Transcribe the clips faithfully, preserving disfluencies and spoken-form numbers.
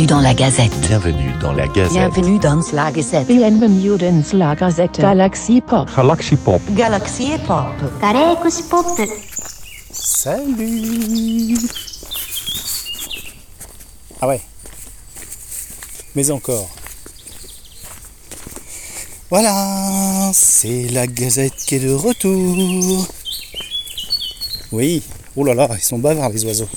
dans la Gazette. Bienvenue dans la Gazette. Bienvenue dans la Gazette. Bienvenue dans la Gazette. Galaxy Pop. Galaxy Pop. Galaxy Pop. Galaxy Pop. Salut. Ah ouais. Mais encore. Voilà, c'est la Gazette qui est de retour. Oui, oh là là, ils sont bavards les oiseaux.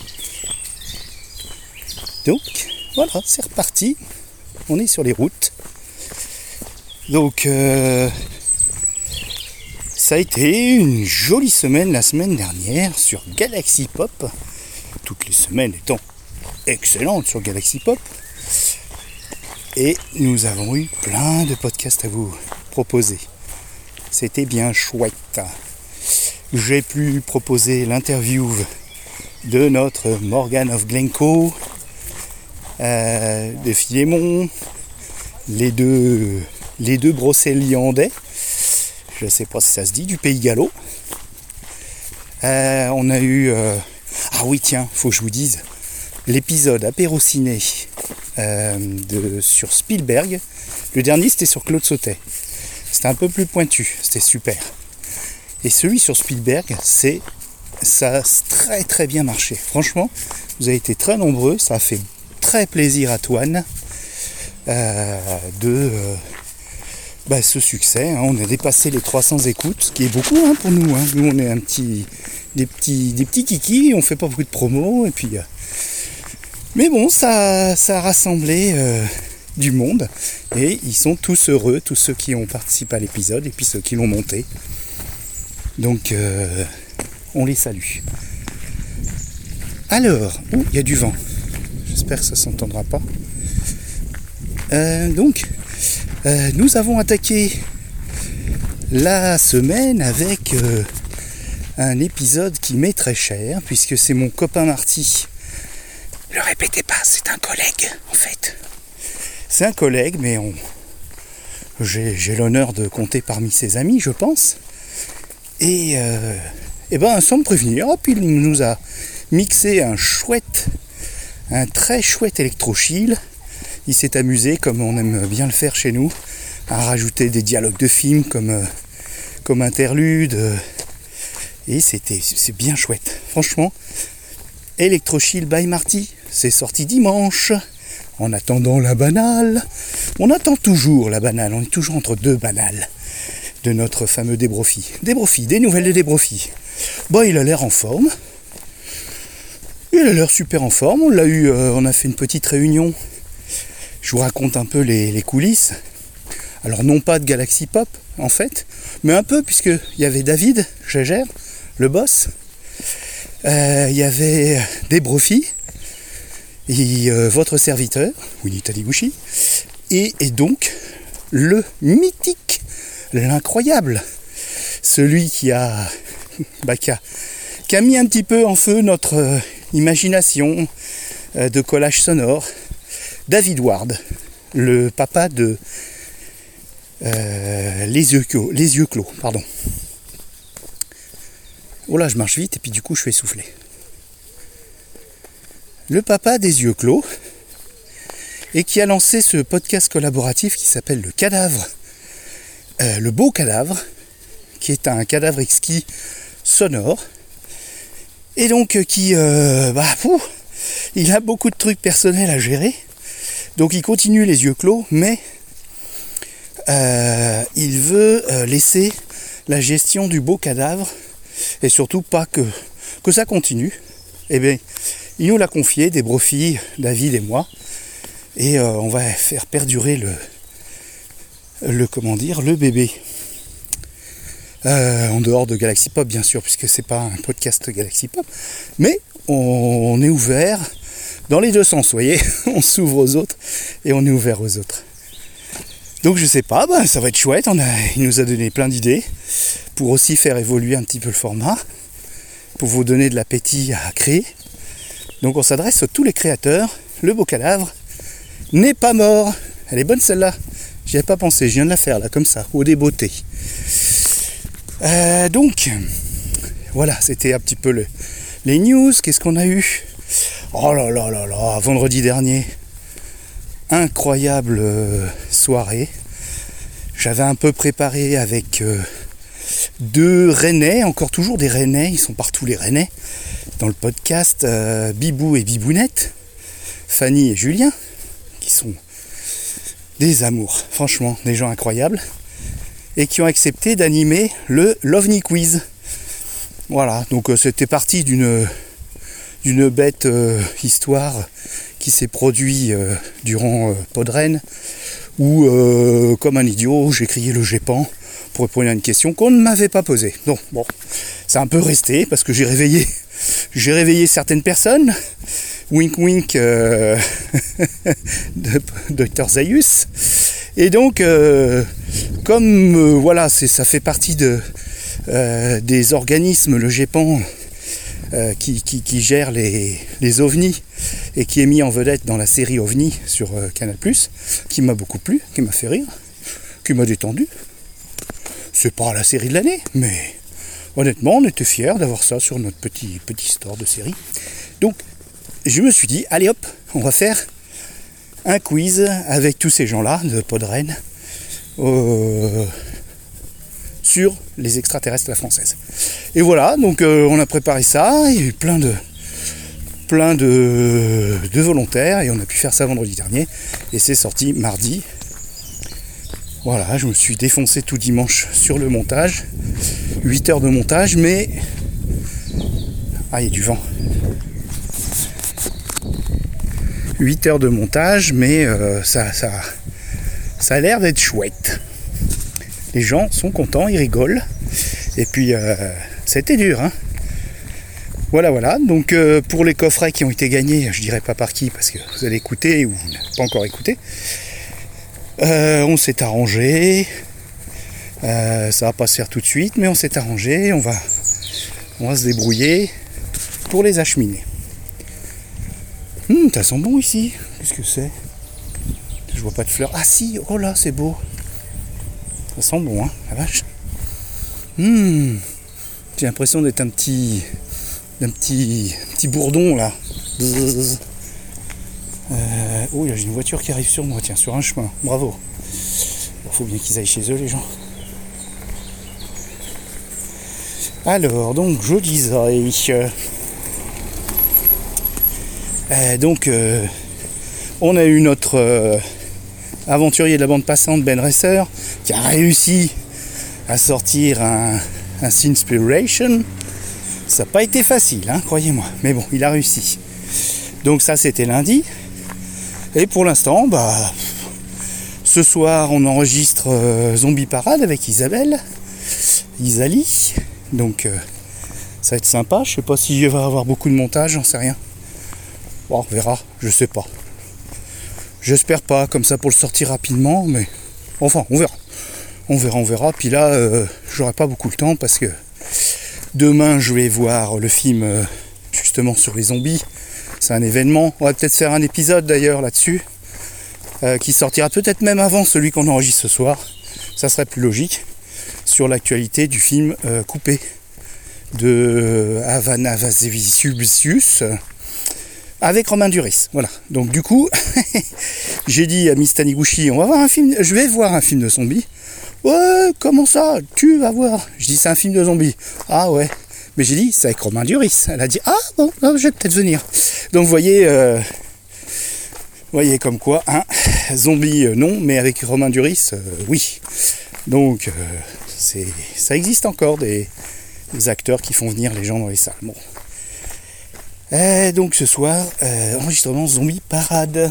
Donc, voilà, c'est reparti. On est sur les routes. Donc, euh, ça a été une jolie semaine la semaine dernière sur Galaxy Pop. Toutes les semaines étant excellentes sur Galaxy Pop. Et nous avons eu plein de podcasts à vous proposer. C'était bien chouette. J'ai pu proposer l'interview de notre Morgan of Glencoe, euh, de Philémon, les deux, les deux Brocéliandais, je ne sais pas si ça se dit, du Pays Gallo. Euh, on a eu... Euh, ah oui, tiens, faut que je vous dise, l'épisode apéro ciné euh, de, sur Spielberg. Le dernier, c'était sur Claude Sautet. C'était un peu plus pointu, c'était super. Et celui sur Spielberg, c'est, ça a très très bien marché. Franchement, vous avez été très nombreux, ça a fait très plaisir à Toine euh, de euh, bah, ce succès. Hein. On a dépassé les trois cents écoutes, ce qui est beaucoup hein, pour nous. Hein. Nous, on est un petit, des petits, des petits kikis, on fait pas beaucoup de promos. Et puis, euh, mais bon, ça, ça a rassemblé euh, du monde et ils sont tous heureux, tous ceux qui ont participé à l'épisode et puis ceux qui l'ont monté. Donc, euh, on les salue. Alors, oh, il y a du vent. J'espère que ça ne s'entendra pas. Euh, donc, euh, nous avons attaqué la semaine avec euh, un épisode qui m'est très cher, puisque c'est mon copain Marty. Ne le répétez pas, c'est un collègue, en fait. C'est un collègue, mais on, j'ai, j'ai l'honneur de compter parmi ses amis, je pense. Et, euh, et ben sans me prévenir, hop, il nous a mixé un chouette, un très chouette électro-chill. Il s'est amusé, comme on aime bien le faire chez nous, à rajouter des dialogues de films comme, euh, comme interlude. Euh, et c'était, c'est bien chouette. Franchement, électro-chill by Marty, c'est sorti dimanche. En attendant la banale, on attend toujours la banale, on est toujours entre deux banales. De notre fameux Débrofi. Débrofi, des nouvelles de Débrofi. Bon, il a l'air en forme. Il a l'air super en forme. On l'a eu, euh, on a fait une petite réunion. Je vous raconte un peu les, les coulisses. Alors non pas de Galaxy Pop, en fait, mais un peu, puisqu'il y avait David Gégère, le boss. Euh, il y avait Débrofi, et euh, votre serviteur, Winnie Taniguchi, et, et donc le mythique, l'incroyable, celui qui a, bah, qui a, qui a mis un petit peu en feu notre euh, imagination euh, de collage sonore, David Ward, le papa de euh, les yeux clos, les yeux clos, pardon. Oh là, je marche vite et puis du coup je suis essoufflé. Le papa des yeux clos, et qui a lancé ce podcast collaboratif qui s'appelle Le Cadavre. Euh, le beau cadavre, qui est un cadavre exquis sonore, et donc euh, qui, euh, bah, pouf, il a beaucoup de trucs personnels à gérer, donc il continue les yeux clos, mais euh, il veut euh, laisser la gestion du beau cadavre, et surtout pas que, que ça continue. Eh bien, il nous l'a confié, Débrofi, David et moi, et euh, on va faire perdurer le le comment dire le bébé euh, en dehors de Galaxy Pop bien sûr, puisque c'est pas un podcast Galaxy Pop, mais on, on est ouvert dans les deux sens, vous voyez. On s'ouvre aux autres et on est ouvert aux autres, donc je sais pas, bah, ça va être chouette. On a, il nous a donné plein d'idées pour aussi faire évoluer un petit peu le format, pour vous donner de l'appétit à créer. Donc on s'adresse à tous les créateurs. Le beau cadavre n'est pas mort. Elle est bonne celle-là. J'y avais pas pensé, je viens de la faire là, comme ça, au débeauté. Euh, donc, voilà, c'était un petit peu le, les news. Qu'est-ce qu'on a eu? Oh là là là là, vendredi dernier, incroyable euh, soirée. J'avais un peu préparé avec euh, deux Rennais, encore toujours des Rennais, ils sont partout les Rennais, dans le podcast, euh, Bibou et Bibounette, Fanny et Julien, qui sont des amours, franchement, des gens incroyables, et qui ont accepté d'animer le l'OVNI Quiz. Voilà, donc euh, c'était parti d'une d'une bête euh, histoire qui s'est produite euh, durant euh, Podren, où, euh, comme un idiot, j'ai crié le Gépan pour répondre à une question qu'on ne m'avait pas posée. Donc, bon, c'est un peu resté, parce que j'ai réveillé, j'ai réveillé certaines personnes, wink wink, euh, de docteur Zaius, et donc, euh, comme, euh, voilà, c'est, ça fait partie de, euh, des organismes, le Gépan, Euh, qui, qui, qui gère les, les ovnis et qui est mis en vedette dans la série OVNI sur euh, Canal plus, qui m'a beaucoup plu, qui m'a fait rire, qui m'a détendu. C'est pas la série de l'année, mais honnêtement, on était fiers d'avoir ça sur notre petit, petit store de série. Donc, je me suis dit, allez hop, on va faire un quiz avec tous ces gens-là de Podren euh, sur les extraterrestres à la française. Et voilà, donc euh, on a préparé ça, il y a eu plein de plein de, de volontaires et on a pu faire ça vendredi dernier et c'est sorti mardi. Voilà, je me suis défoncé tout dimanche sur le montage, huit heures de montage, mais ah, il y a du vent. huit heures de montage, mais euh, ça, ça, ça a l'air d'être chouette. Les gens sont contents, ils rigolent. Et puis, euh, c'était dur. Hein. Voilà, voilà. Donc, euh, pour les coffrets qui ont été gagnés, je dirais pas par qui, parce que vous allez écouter ou vous n'avez pas encore écouté. Euh, on s'est arrangé. Euh, ça va pas se faire tout de suite, mais on s'est arrangé. On va, on va se débrouiller pour les acheminer. Hum, ça sent bon ici. Qu'est-ce que c'est? Je vois pas de fleurs. Ah si, oh là, c'est beau. Ça sent bon, hein, la vache. Mmh. J'ai l'impression d'être un petit, un petit, petit bourdon là. Euh, oh, là j'ai une voiture qui arrive sur moi, tiens, sur un chemin. Bravo. Il faut bien qu'ils aillent chez eux, les gens. Alors, donc, je disais. Euh, donc, euh, on a eu notre euh, aventurier de la bande passante, Ben Racer, qui a réussi à sortir un, un Sinspiration. Ça n'a pas été facile, hein, croyez-moi. Mais bon, il a réussi. Donc ça, c'était lundi. Et pour l'instant, bah, ce soir, on enregistre euh, Zombie Parade avec Isabelle, Isali. Donc, euh, ça va être sympa. Je sais pas si il va y avoir beaucoup de montage, j'en sais rien. Bon, on verra, je sais pas. J'espère pas, comme ça pour le sortir rapidement, mais enfin, on verra. On verra, on verra. Puis là, euh, j'aurai pas beaucoup de temps parce que demain, je vais voir le film euh, justement sur les zombies. C'est un événement. On va peut-être faire un épisode d'ailleurs là-dessus euh, qui sortira peut-être même avant celui qu'on enregistre ce soir. Ça serait plus logique. Sur l'actualité du film euh, Coupé de Havana Vasevicius avec Romain Duris. Voilà. Donc du coup, j'ai dit à Miss Taniguchi, on va voir un film. Je vais voir un film de zombies. Ouais, comment ça? Tu vas voir. Je dis c'est un film de zombies. Ah ouais. Mais j'ai dit c'est avec Romain Duris. Elle a dit ah bon, je vais peut-être venir. Donc vous voyez, euh, voyez comme quoi, hein, zombie euh, non, mais avec Romain Duris, euh, oui. Donc euh, c'est, ça existe encore des, des acteurs qui font venir les gens dans les salles. Bon. Et donc ce soir, euh, enregistrement Zombie Parade.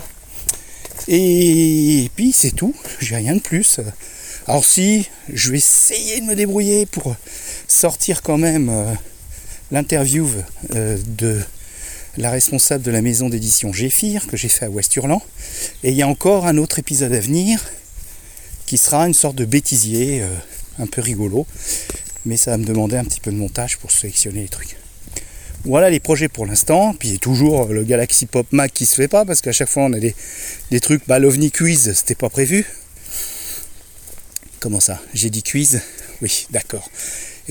Et puis c'est tout, j'ai rien de plus. Alors si, je vais essayer de me débrouiller pour sortir quand même euh, l'interview euh, de la responsable de la maison d'édition Géphir que j'ai fait à Ouest-Hurlan. Et il y a encore un autre épisode à venir qui sera une sorte de bêtisier euh, un peu rigolo. Mais ça va me demander un petit peu de montage pour sélectionner les trucs. Voilà les projets pour l'instant. Puis il y a toujours le Galaxy Pop Mac qui se fait pas parce qu'à chaque fois on a des, des trucs. Bah l'OVNI Quiz, c'était pas prévu. Comment ça? J'ai dit quiz? Oui, d'accord. Et oui,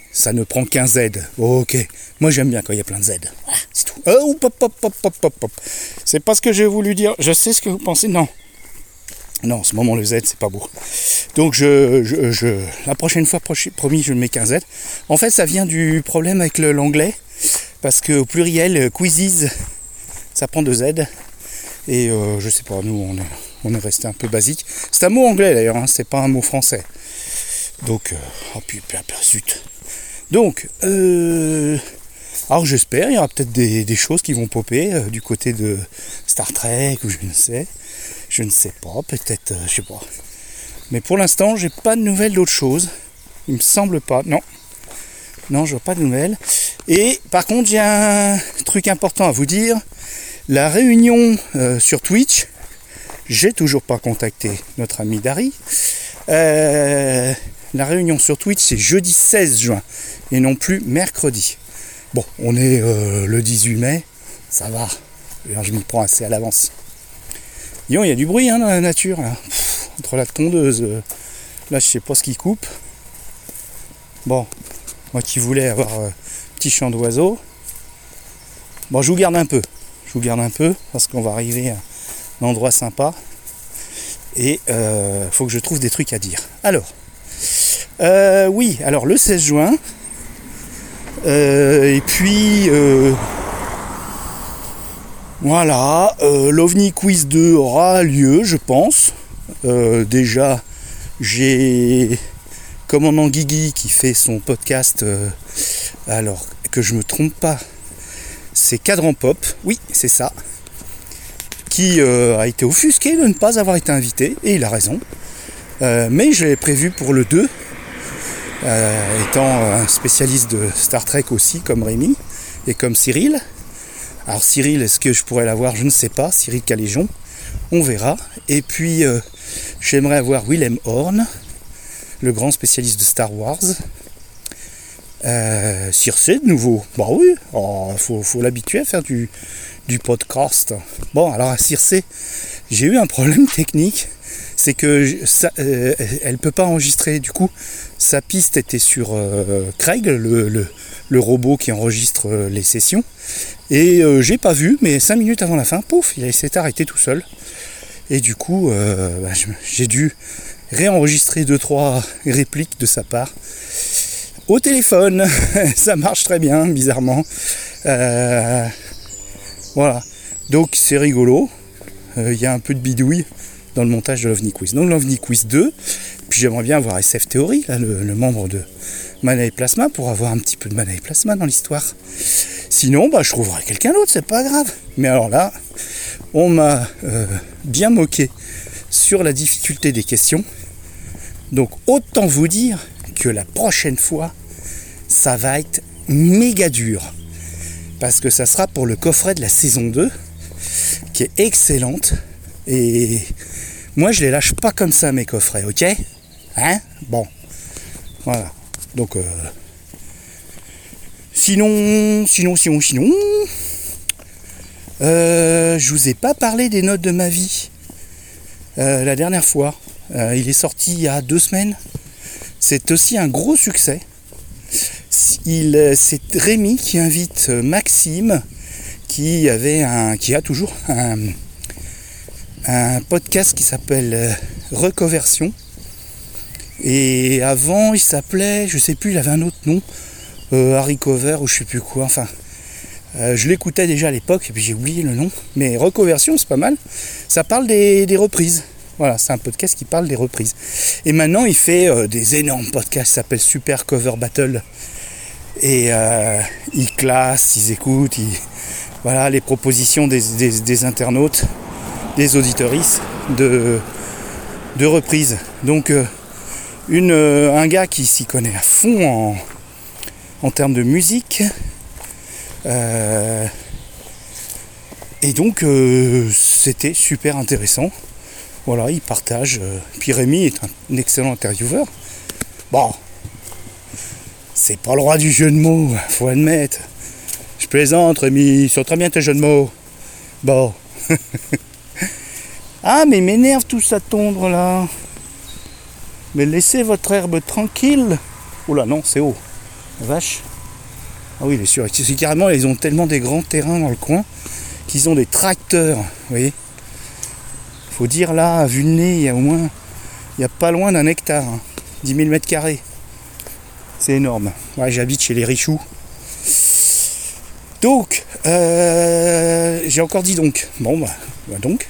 ça ne prend qu'un Z. Oh, ok, moi j'aime bien quand il y a plein de Z. Voilà, c'est tout. Oh, pop, pop, pop, pop, pop, pop. C'est pas ce que j'ai voulu dire. Je sais ce que vous pensez. Non. Non, en ce moment le Z c'est pas beau. Donc je, je, je la prochaine fois, promis, je ne mets qu'un Z. En fait, ça vient du problème avec le, l'anglais. Parce qu'au pluriel, quizzes, ça prend deux Z. Et euh, je sais pas, nous on est, on est resté un peu basique. C'est un mot anglais d'ailleurs, hein, c'est pas un mot français. Donc, euh, oh putain, zut. Donc, euh, alors j'espère, il y aura peut-être des, des choses qui vont popper euh, du côté de Star Trek ou je ne sais. Je ne sais pas, peut-être, euh, je sais pas. Mais pour l'instant, j'ai pas de nouvelles d'autre chose. Il me semble pas, non. Non, je vois pas de nouvelles. Et par contre, j'ai un truc important à vous dire. La réunion euh, sur Twitch, j'ai toujours pas contacté notre ami Dari. Euh, la réunion sur Twitch, c'est jeudi seize juin et non plus mercredi. Bon, on est euh, le dix-huit mai, ça va. Je m'y prends assez à l'avance. Disons, il y a du bruit hein, dans la nature. Là. Pff, entre la tondeuse, euh, là je sais pas ce qui coupe. Bon, moi qui voulais avoir un euh, petit chant d'oiseau. Bon, je vous garde un peu. Je vous garde un peu parce qu'on va arriver à un endroit sympa. Et il euh, faut que je trouve des trucs à dire. Alors, euh, oui, alors le seize juin. Euh, et puis, euh, voilà, euh, l'OVNI Quiz deux aura lieu, je pense. Euh, déjà, j'ai commandant Guigui qui fait son podcast, euh, alors que je me trompe pas, c'est Cadran Pop, oui, c'est ça, qui euh, a été offusqué de ne pas avoir été invité, et il a raison. Euh, mais je l'ai prévu pour le deux. Euh, étant un spécialiste de Star Trek aussi, comme Rémi et comme Cyril. Alors Cyril, est-ce que je pourrais l'avoir? Je ne sais pas. Cyril Caléjon, on verra. Et puis, euh, j'aimerais avoir Willem Horn, le grand spécialiste de Star Wars. Euh, Circe, de nouveau. Bah oui, oh, faut, faut l'habituer à faire du, du podcast. Bon, alors à Circe, j'ai eu un problème technique. C'est que ça, euh, elle peut pas enregistrer. Du coup, sa piste était sur euh, Craig, le, le, le robot qui enregistre euh, les sessions. Et euh, j'ai pas vu, mais cinq minutes avant la fin, pouf, il s'est arrêté tout seul. Et du coup, euh, bah, j'ai dû réenregistrer deux trois répliques de sa part au téléphone. Ça marche très bien, bizarrement. Euh, voilà. Donc c'est rigolo. Il euh, y a un peu de bidouille dans le montage de l'OVNI Quiz. Donc l'OVNI Quiz deux, puis j'aimerais bien avoir S F Theory, là, le, le membre de Mana et Plasma, pour avoir un petit peu de Mana et Plasma dans l'histoire. Sinon, bah, je trouverai quelqu'un d'autre, c'est pas grave. Mais alors là, on m'a euh, bien moqué sur la difficulté des questions. Donc autant vous dire que la prochaine fois, ça va être méga dur. Parce que ça sera pour le coffret de la saison deux, qui est excellente. Et moi, je les lâche pas comme ça, mes coffrets, ok? Hein? Bon. Voilà. Donc, euh, sinon, sinon, sinon, sinon, euh, je vous ai pas parlé des notes de ma vie euh, la dernière fois. Euh, il est sorti il y a deux semaines. C'est aussi un gros succès. Il, c'est Rémi qui invite Maxime, qui avait un, qui a toujours un un podcast qui s'appelle euh, Reconversion. Et avant, il s'appelait, je sais plus, il avait un autre nom, euh, Harry Cover ou je sais plus quoi. Enfin, euh, je l'écoutais déjà à l'époque et puis j'ai oublié le nom. Mais Reconversion, c'est pas mal. Ça parle des, des reprises. Voilà, c'est un podcast qui parle des reprises. Et maintenant, il fait euh, des énormes podcasts, ça s'appelle Super Cover Battle. Et euh, il classe, ils écoutent, ils, voilà, les propositions des, des, des internautes, des auditeuristes de, de reprises. Donc euh, une, euh, un gars qui s'y connaît à fond en, en termes de musique. Euh, et donc euh, c'était super intéressant. Voilà, il partage. Euh, puis Rémi est un, un excellent intervieweur. Bon, c'est pas le roi du jeu de mots, faut admettre. Je plaisante, Rémi, ils sont très bien tes jeux de mots. Bon. Ah, mais m'énerve tout ça tondre là. Mais laissez votre herbe tranquille. Oula, non, c'est haut. La vache. Ah oui, les sur. C'est carrément, ils ont tellement des grands terrains dans le coin qu'ils ont des tracteurs. Vous voyez. Faut dire là, à vue de nez, il y a au moins, il y a pas loin d'un hectare, hein, dix mille mètres carrés. C'est énorme. Ouais, j'habite chez les Richoux. Donc, euh, j'ai encore dit donc. Bon, bah, bah donc,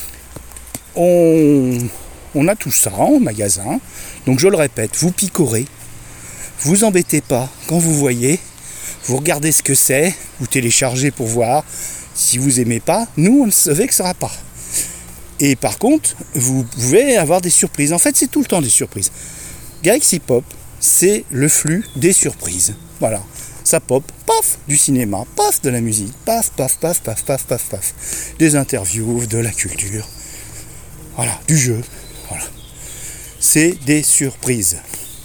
on, on a tout ça en magasin. Donc, je le répète, vous picorez, vous embêtez pas quand vous voyez, vous regardez ce que c'est, vous téléchargez pour voir. Si vous aimez pas, nous, on ne se vexera pas. Et par contre, vous pouvez avoir des surprises. En fait, c'est tout le temps des surprises. Galaxy Pop, c'est le flux des surprises. Voilà. Ça pop, paf, du cinéma, paf, de la musique, paf, paf, paf, paf, paf, paf, paf. Des interviews, de la culture. Voilà, du jeu. Voilà. C'est des surprises.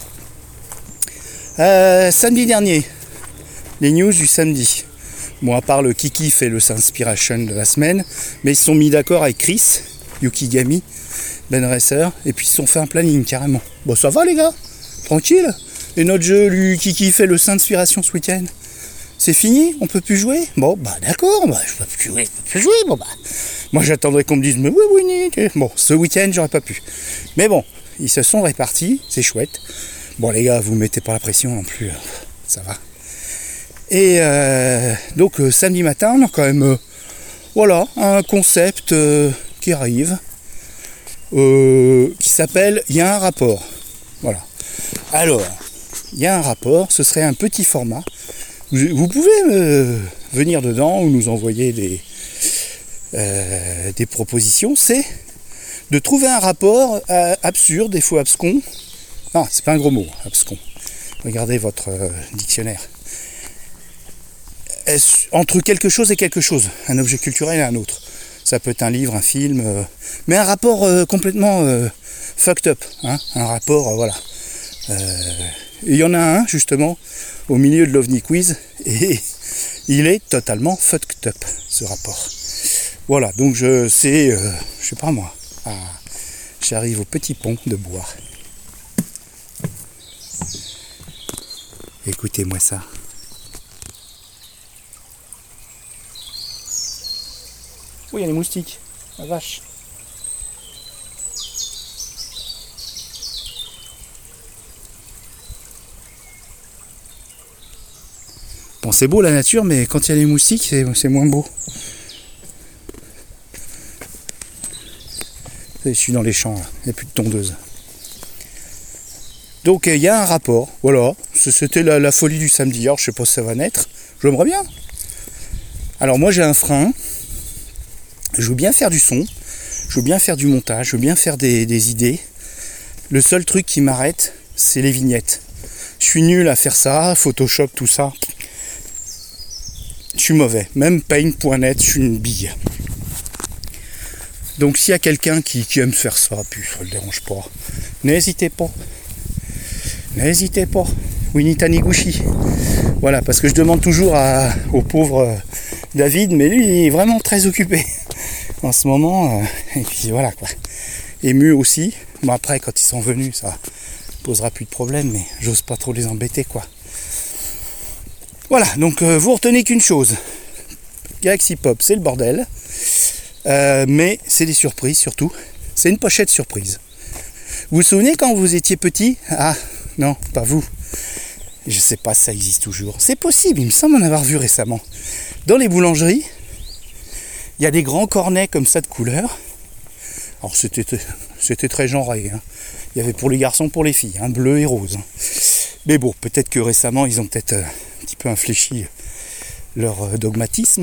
Euh, samedi dernier, les news du samedi. Bon, à part le Kiki fait le S'Inspiration de la semaine, mais ils se sont mis d'accord avec Chris, Yukigami, Ben Racer, et puis ils se sont fait un planning carrément. Bon, ça va les gars, tranquille. Et notre jeu, lui, Kiki fait le S'Inspiration ce week-end, c'est fini, on peut plus jouer. Bon, bah d'accord, bah, je peux plus jouer, je peux plus jouer. Bon, bah, moi j'attendrais qu'on me dise, mais oui, oui, oui. Bon, ce week-end, j'aurais pas pu. Mais bon, ils se sont répartis, c'est chouette. Bon, les gars, vous mettez pas la pression non plus, ça va. Et euh, donc euh, samedi matin, on a quand même euh, voilà, un concept euh, qui arrive, euh, qui s'appelle « Il y a un rapport ». Voilà. Alors, il y a un rapport, ce serait un petit format. Vous, vous pouvez euh, venir dedans ou nous envoyer des, euh, des propositions. C'est de trouver un rapport euh, absurde, des fois abscon. Non, c'est pas un gros mot, abscon. Regardez votre euh, dictionnaire. Entre quelque chose et quelque chose, un objet culturel et un autre. Ça peut être un livre, un film, euh, mais un rapport euh, complètement euh, fucked up, hein, un rapport, euh, voilà. Euh, il y en a un, justement, au milieu de l'OVNI Quiz, et il est totalement fucked up, ce rapport. Voilà, donc je sais, euh, je sais pas moi, ah, j'arrive au petit pont de bois. Écoutez-moi ça. Oui, il y a les moustiques, la vache. Bon, c'est beau la nature, mais quand il y a les moustiques, c'est, c'est moins beau. Je suis dans les champs, là. Il n'y a plus de tondeuse. Donc, il y a un rapport, voilà. C'était la, la folie du samedi. Alors, je sais pas si ça va naître. J'aimerais bien. Alors, moi, j'ai un frein. Je veux bien faire du son, je veux bien faire du montage, je veux bien faire des, des idées. Le seul truc qui m'arrête, c'est les vignettes. Je suis nul à faire ça, Photoshop, tout ça. Je suis mauvais. Même paint point net, je suis une bille. Donc s'il y a quelqu'un qui, qui aime faire ça, puis ça ne le dérange pas, n'hésitez pas. N'hésitez pas. Winnie Taniguchi. Voilà, parce que je demande toujours à, au pauvre David, mais lui, il est vraiment très occupé en ce moment. Euh, et puis voilà, quoi. Ému aussi. Bon, après, quand ils sont venus, ça posera plus de problème, mais j'ose pas trop les embêter, quoi. Voilà, donc euh, vous retenez qu'une chose. Galaxy Pop, c'est le bordel. Euh, mais c'est des surprises, surtout. C'est une pochette surprise. Vous vous souvenez quand vous étiez petit? Ah, non, pas vous. Je sais pas si ça existe toujours. C'est possible, il me semble en avoir vu récemment. Dans les boulangeries, il y a des grands cornets comme ça de couleurs. Alors c'était, c'était très genré. Hein. Il y avait pour les garçons, pour les filles, hein, bleu et rose. Hein. Mais bon, peut-être que récemment, ils ont peut-être euh, un petit peu infléchi leur euh, dogmatisme.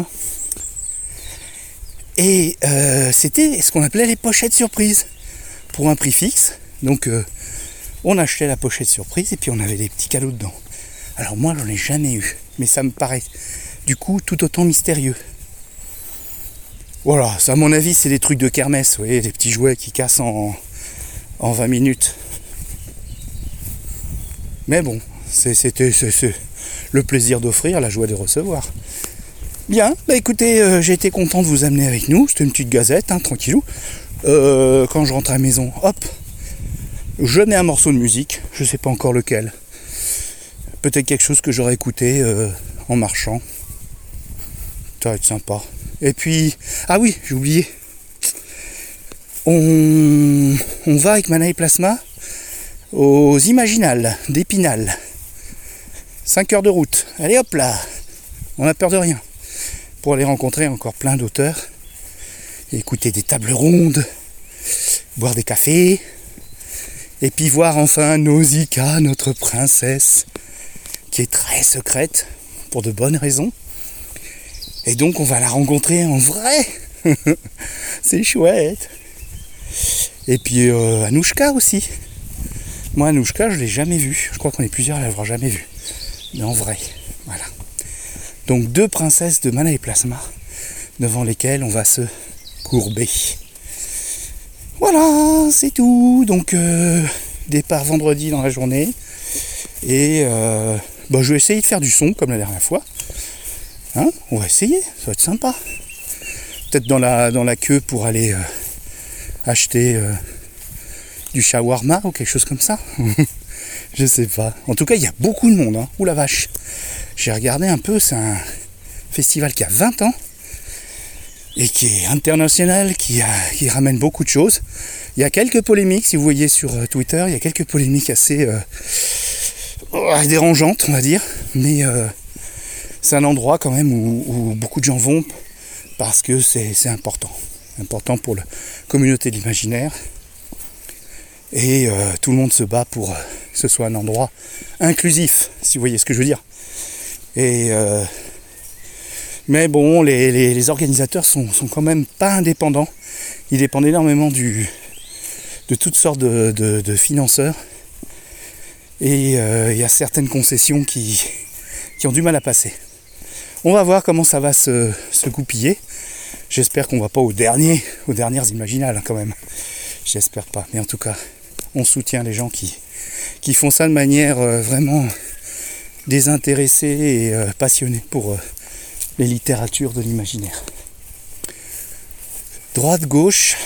Et euh, c'était ce qu'on appelait les pochettes surprises. Pour un prix fixe. Donc euh, on achetait la pochette surprise et puis on avait des petits cadeaux dedans. Alors moi, j'en ai jamais eu. Mais ça me paraît du coup tout autant mystérieux. Voilà, ça à mon avis c'est des trucs de kermesse, vous voyez, des petits jouets qui cassent en, en vingt minutes. Mais bon, c'est, c'était c'est, c'est le plaisir d'offrir, la joie de recevoir. Bien, bah écoutez, euh, j'ai été content de vous amener avec nous, c'était une petite gazette, hein, tranquillou. Euh, quand je rentre à la maison, hop, je mets un morceau de musique, je sais pas encore lequel. peut-être quelque chose que j'aurais écouté euh, en marchant. Ça va être sympa. Et puis, ah oui, j'ai oublié. On, on va avec Mana et Plasma aux Imaginales d'Épinal. cinq heures de route. Allez hop là, on n'a peur de rien. Pour aller rencontrer encore plein d'auteurs, et écouter des tables rondes, boire des cafés, et puis voir enfin Nausicaa, notre princesse, qui est très secrète, pour de bonnes raisons. Et donc on va la rencontrer en vrai. C'est chouette. Et puis euh, Anouchka aussi. Moi Anouchka je l'ai jamais vue. Je crois qu'on est plusieurs à l'avoir jamais vue. Mais en vrai. Voilà. Donc deux princesses de Mana et Plasma devant lesquelles on va se courber. Voilà, c'est tout. Donc euh, départ vendredi dans la journée. Et euh, bah, je vais essayer de faire du son comme la dernière fois. Hein, on va essayer, ça va être sympa. Peut-être dans la, dans la queue pour aller euh, acheter euh, du shawarma ou quelque chose comme ça. Je sais pas. En tout cas, il y a beaucoup de monde. Hein. Ouh la vache. J'ai regardé un peu, c'est un festival qui a vingt ans et qui est international, qui, a, qui ramène beaucoup de choses. Il y a quelques polémiques, si vous voyez sur Twitter, il y a quelques polémiques assez euh, oh, dérangeantes, on va dire. Mais euh, c'est un endroit quand même où, où beaucoup de gens vont parce que c'est, c'est important. Important pour la communauté de l'imaginaire. Et euh, tout le monde se bat pour euh, que ce soit un endroit inclusif, si vous voyez ce que je veux dire. Et euh, mais bon, les, les, les organisateurs sont, sont quand même pas indépendants. Ils dépendent énormément du, de toutes sortes de, de, de financeurs. Et il euh, y a certaines concessions qui, qui ont du mal à passer. On va voir comment ça va se, se goupiller. J'espère qu'on va pas au dernier, aux dernières Imaginales hein, quand même. J'espère pas. Mais en tout cas, on soutient les gens qui, qui font ça de manière euh, vraiment désintéressée et euh, passionnée pour euh, les littératures de l'imaginaire. Droite-gauche.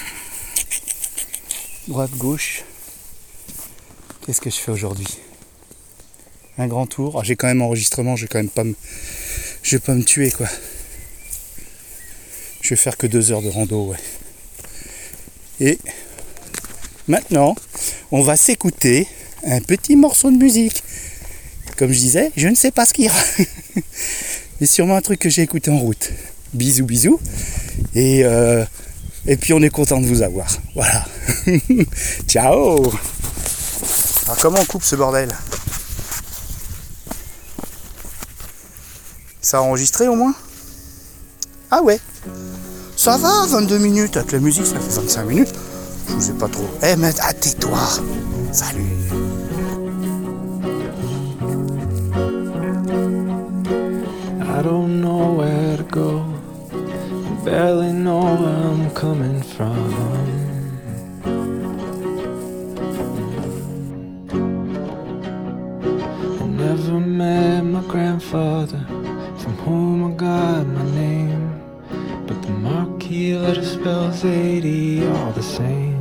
Droite-gauche. Qu'est-ce que je fais aujourd'hui ? Un grand tour. Ah, j'ai quand même enregistrement, je vais quand même pas me. Je vais pas me tuer quoi. Je vais faire que deux heures de rando, ouais. Et maintenant, on va s'écouter un petit morceau de musique. Comme je disais, je ne sais pas ce qu'il y a. Mais sûrement un truc que j'ai écouté en route. Bisous, bisous. Et, euh, et puis on est content de vous avoir. Voilà. Ciao. Alors comment on coupe ce bordel ? Ça a enregistré au moins ? Ah ouais. Ça va, vingt-deux minutes. Avec la musique, ça fait vingt-cinq minutes. Je vous ai pas trop. Eh mais ah, tais-toi. Salut. I don't know where to go. I barely know where I'm coming from. I never met my grandfather, from whom I got my name. But the marquee letter spells eighty all the same.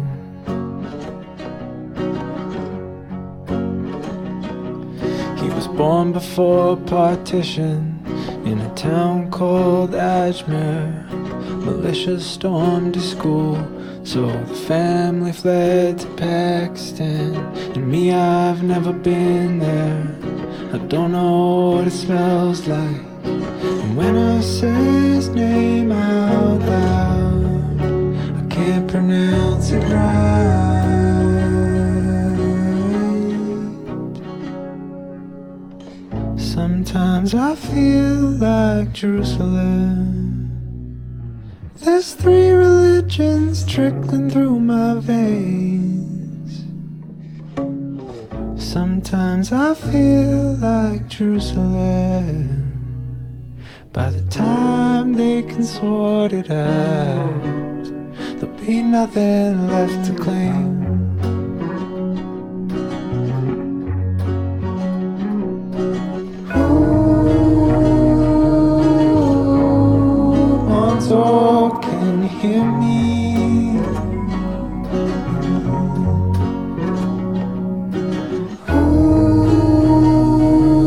He was born before partition in a town called Ajmer. Militias stormed his school, so the family fled to Pakistan. And me, I've never been there. I don't know what it smells like. And when I say his name out loud, I can't pronounce it right. Sometimes I feel like Jerusalem. There's three religions trickling through my veins. Sometimes I feel like Jerusalem. By the time they can sort it out, there'll be nothing left to claim. So can you hear me? Ooh,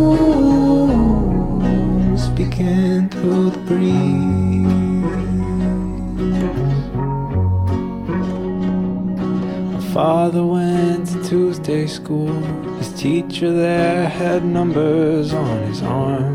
Tuesday school. His teacher there had numbers on his arm.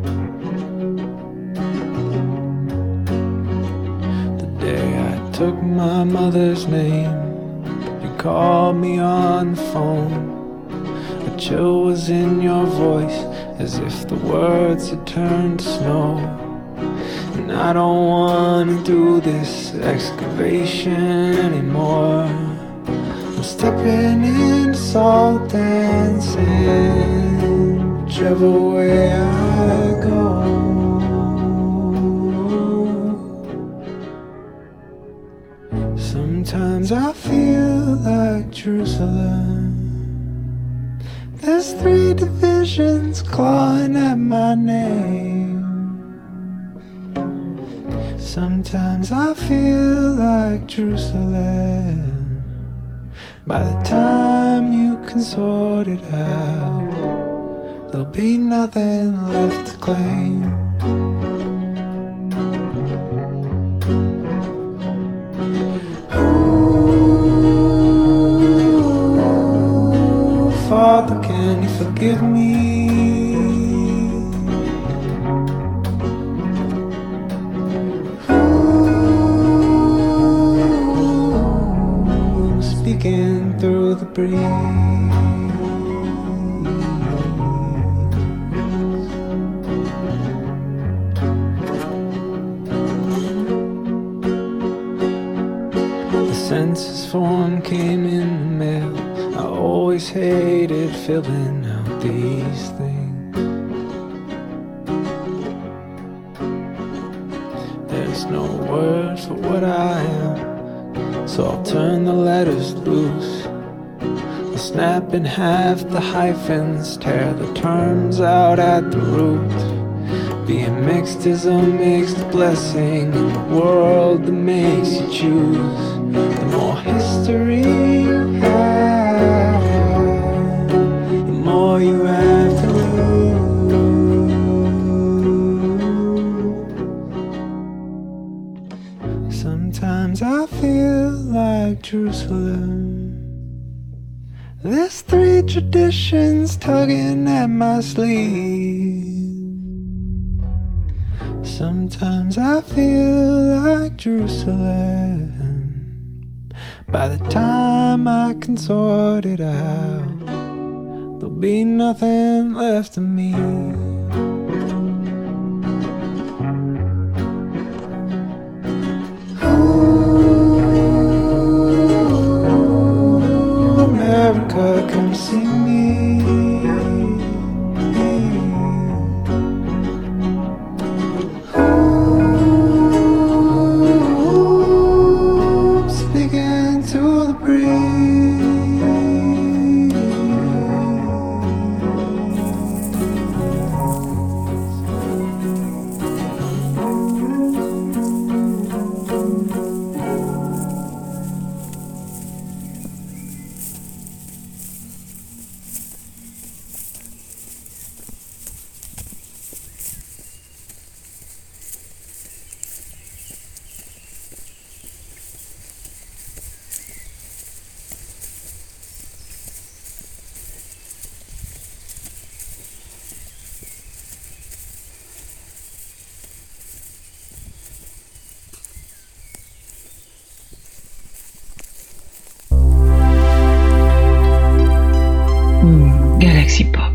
The day I took my mother's name, you called me on the phone. A chill was in your voice, as if the words had turned to snow. And I don't wanna do this excavation anymore. I'm stepping into salt and sand, whichever way I go. Sometimes I feel like Jerusalem. There's three divisions clawing at my name. Sometimes I feel like Jerusalem. By the time you can sort it out, there'll be nothing left to claim. Ooh, Father, can you forgive me? Through the breeze, the census form came in the mail. I always hated filling out these things. There's no word for what I am, so I'll turn the letters loose. I'll snap in half the hyphens, tear the terms out at the root. Being mixed is a mixed blessing in the world that makes you choose. The more history you have, the more you have to lose. Sometimes I feel like Jerusalem. There's three traditions tugging at my sleeve. Sometimes I feel like Jerusalem. By the time I can sort it out, there'll be nothing left of me. America, come see me. Ooh, speaking to the breeze. Galaxy Pop.